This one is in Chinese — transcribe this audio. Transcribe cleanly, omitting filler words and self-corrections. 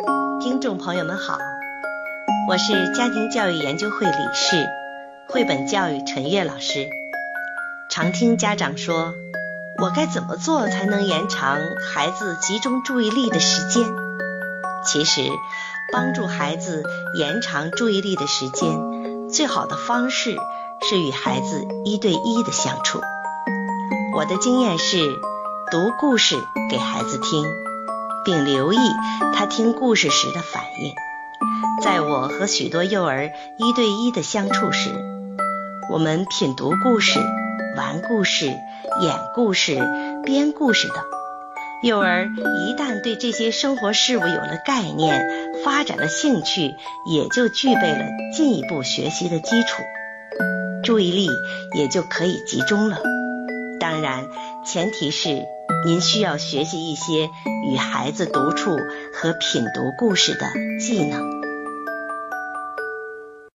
听众朋友们好，我是家庭教育研究会理事、绘本教育陈悦老师。常听家长说，我该怎么做才能延长孩子集中注意力的时间？其实，帮助孩子延长注意力的时间，最好的方式是与孩子1对1的相处。我的经验是，读故事给孩子听，并留意他听故事时的反应。在我和许多幼儿1对1的相处时，我们品读故事、玩故事、演故事、编故事等。幼儿一旦对这些生活事物有了概念，发展了兴趣，也就具备了进一步学习的基础，注意力也就可以集中了。当然，前提是您需要学习一些与孩子独处和品读故事的技能。